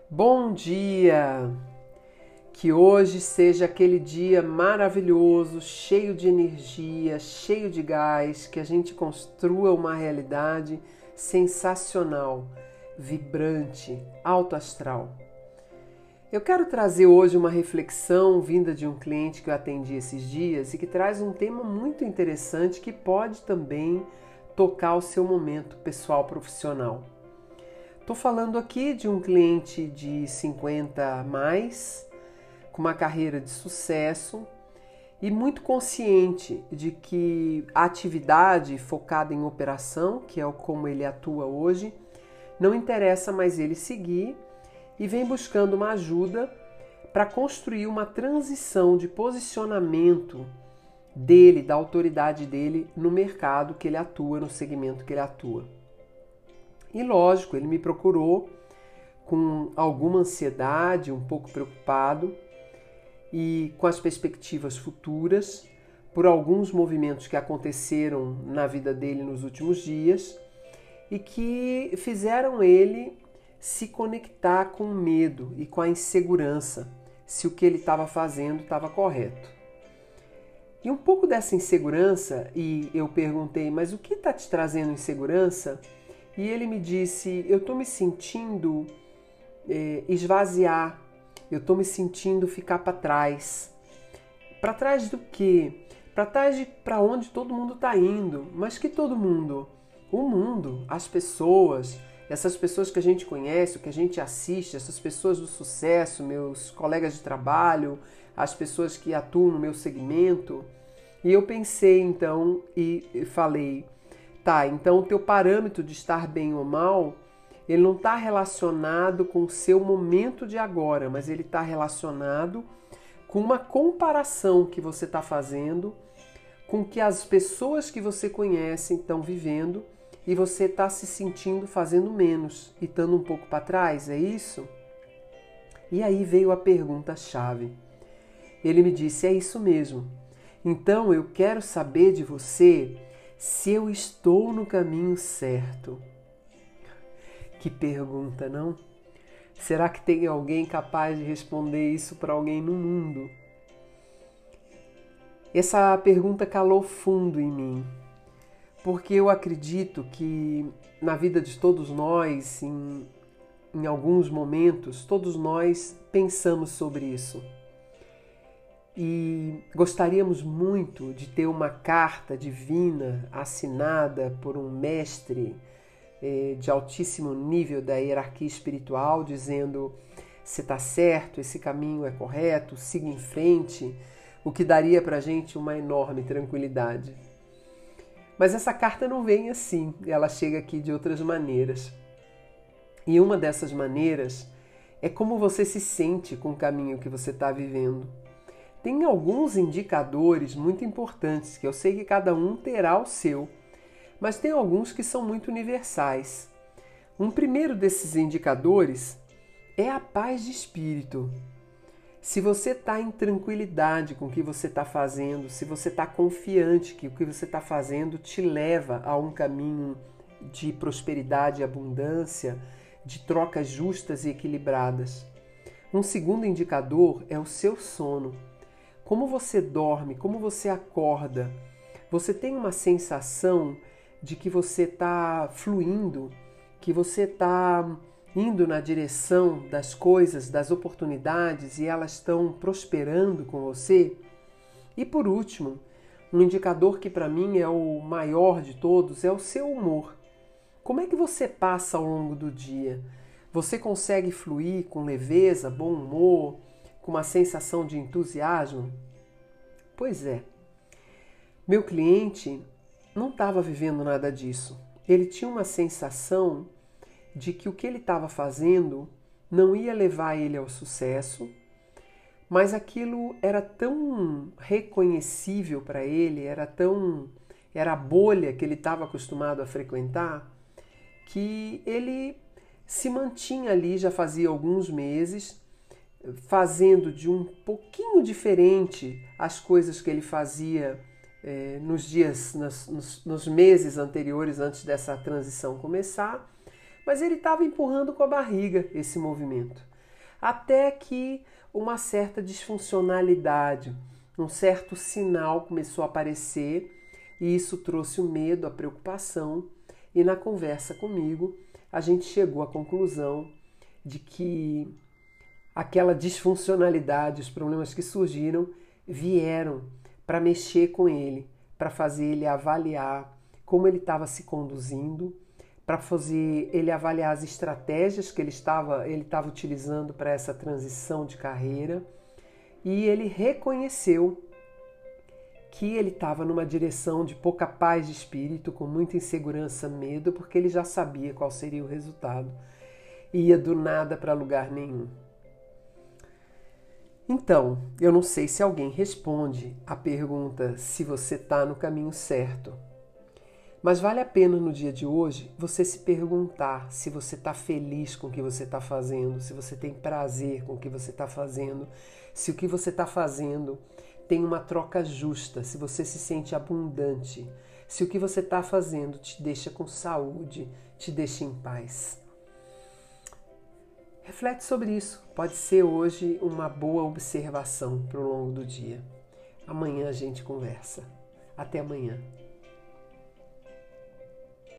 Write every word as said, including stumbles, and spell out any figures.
Bom dia! Que hoje seja aquele dia maravilhoso, cheio de energia, cheio de gás, que a gente construa uma realidade sensacional, vibrante, alto astral. Eu quero trazer hoje uma reflexão vinda de um cliente que eu atendi esses dias e que traz um tema muito interessante que pode também tocar o seu momento pessoal profissional. Estou falando aqui de um cliente de cinquenta a mais, com uma carreira de sucesso e muito consciente de que a atividade focada em operação, que é como ele atua hoje, não interessa mais ele seguir e vem buscando uma ajuda para construir uma transição de posicionamento dele, da autoridade dele no mercado que ele atua, no segmento que ele atua. E lógico, ele me procurou com alguma ansiedade, um pouco preocupado e com as perspectivas futuras por alguns movimentos que aconteceram na vida dele nos últimos dias e que fizeram ele se conectar com o medo e com a insegurança se o que ele estava fazendo estava correto. E um pouco dessa insegurança, e eu perguntei, mas o que está te trazendo insegurança? E ele me disse, eu estou me sentindo é, esvaziar, eu estou me sentindo ficar para trás. Para trás do quê? Para trás de para onde todo mundo está indo. Mas que todo mundo? O mundo, as pessoas, essas pessoas que a gente conhece, que a gente assiste, essas pessoas do sucesso, meus colegas de trabalho, as pessoas que atuam no meu segmento. E eu pensei então e falei, tá, então o teu parâmetro de estar bem ou mal, ele não está relacionado com o seu momento de agora, mas ele está relacionado com uma comparação que você está fazendo com o que as pessoas que você conhece estão vivendo e você está se sentindo fazendo menos e estando um pouco para trás, é isso? E aí veio a pergunta-chave. Ele me disse, é isso mesmo. Então eu quero saber de você se eu estou no caminho certo. Que pergunta, não? Será que tem alguém capaz de responder isso para alguém no mundo? Essa pergunta calou fundo em mim, porque eu acredito que na vida de todos nós, em, em alguns momentos, todos nós pensamos sobre isso. E gostaríamos muito de ter uma carta divina assinada por um mestre eh, de altíssimo nível da hierarquia espiritual, dizendo se está certo, esse caminho é correto, siga em frente, o que daria para a gente uma enorme tranquilidade. Mas essa carta não vem assim, ela chega aqui de outras maneiras. E uma dessas maneiras é como você se sente com o caminho que você está vivendo. Tem alguns indicadores muito importantes, que eu sei que cada um terá o seu, mas tem alguns que são muito universais. Um primeiro desses indicadores é a paz de espírito. Se você está em tranquilidade com o que você está fazendo, se você está confiante que o que você está fazendo te leva a um caminho de prosperidade e abundância, de trocas justas e equilibradas. Um segundo indicador é o seu sono. Como você dorme, como você acorda, você tem uma sensação de que você está fluindo, que você está indo na direção das coisas, das oportunidades e elas estão prosperando com você? E por último, um indicador que para mim é o maior de todos é o seu humor. Como é que você passa ao longo do dia? Você consegue fluir com leveza, bom humor, com uma sensação de entusiasmo? Pois é, meu cliente não estava vivendo nada disso. Ele tinha uma sensação de que o que ele estava fazendo não ia levar ele ao sucesso, mas aquilo era tão reconhecível para ele, era tão era a bolha que ele estava acostumado a frequentar, que ele se mantinha ali já fazia alguns meses, fazendo de um pouquinho diferente as coisas que ele fazia eh, nos dias, nos, nos, nos meses anteriores, antes dessa transição começar, mas ele estava empurrando com a barriga esse movimento. até que uma certa disfuncionalidade, um certo sinal começou a aparecer e isso trouxe o medo, a preocupação, e na conversa comigo a gente chegou à conclusão de que aquela disfuncionalidade, os problemas que surgiram, vieram para mexer com ele, para fazer ele avaliar como ele estava se conduzindo, para fazer ele avaliar as estratégias que ele estava, ele estava utilizando para essa transição de carreira, e ele reconheceu que ele estava numa direção de pouca paz de espírito, com muita insegurança, medo, porque ele já sabia qual seria o resultado. Ia do nada para lugar nenhum. Então, eu não sei se alguém responde a pergunta se você está no caminho certo. Mas vale a pena no dia de hoje você se perguntar se você está feliz com o que você está fazendo, se você tem prazer com o que você está fazendo, se o que você está fazendo tem uma troca justa, se você se sente abundante, se o que você está fazendo te deixa com saúde, te deixa em paz. Reflete sobre isso. Pode ser hoje uma boa observação para o longo do dia. Amanhã a gente conversa. Até amanhã.